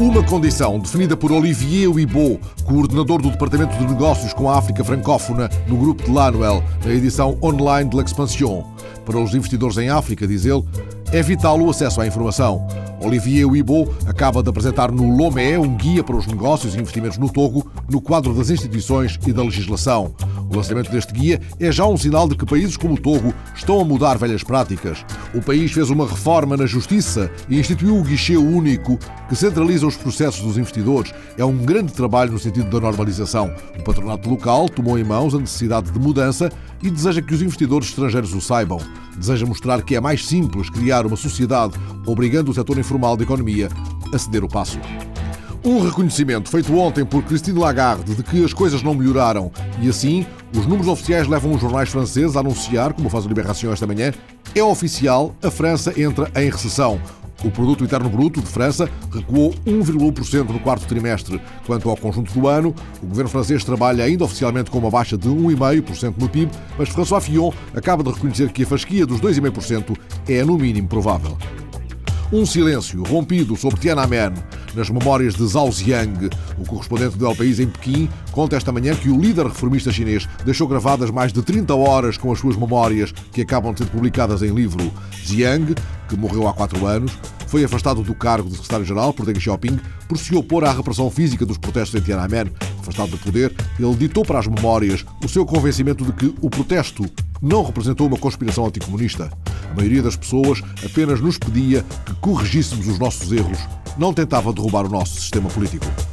Uma condição definida por Olivier Wibo, coordenador do Departamento de Negócios com a África Francófona no Grupo de Lanuel, na edição online de L'Expansion. Para os investidores em África, diz ele, é vital o acesso à informação. Olivier Wibo acaba de apresentar no Lomé um guia para os negócios e investimentos no Togo, no quadro das instituições e da legislação. O lançamento deste guia é já um sinal de que países como o Togo estão a mudar velhas práticas. O país fez uma reforma na justiça e instituiu o guichê único que centraliza os processos dos investidores. É um grande trabalho no sentido da normalização. O patronato local tomou em mãos a necessidade de mudança e deseja que os investidores estrangeiros o saibam. Deseja mostrar que é mais simples criar uma sociedade obrigando o setor informal da economia a ceder o passo. Um reconhecimento feito ontem por Christine Lagarde de que as coisas não melhoraram e assim os números oficiais levam os jornais franceses a anunciar, como faz o Libération esta manhã, é oficial, a França entra em recessão. O produto interno bruto de França recuou 1,1% no quarto trimestre. Quanto ao conjunto do ano, o governo francês trabalha ainda oficialmente com uma baixa de 1,5% no PIB, mas François Fillon acaba de reconhecer que a fasquia dos 2,5% é no mínimo provável. Um silêncio rompido sobre Tiananmen nas memórias de Zhao Ziyang. O correspondente do El País em Pequim conta esta manhã que o líder reformista chinês deixou gravadas mais de 30 horas com as suas memórias, que acabam de ser publicadas em livro. Ziyang, que morreu há 4 anos, foi afastado do cargo de secretário-geral por Deng Xiaoping por se opor à repressão física dos protestos em Tiananmen. Afastado do poder, ele ditou para as memórias o seu convencimento de que o protesto não representou uma conspiração anticomunista. A maioria das pessoas apenas nos pedia que corrigíssemos os nossos erros, não tentava derrubar o nosso sistema político.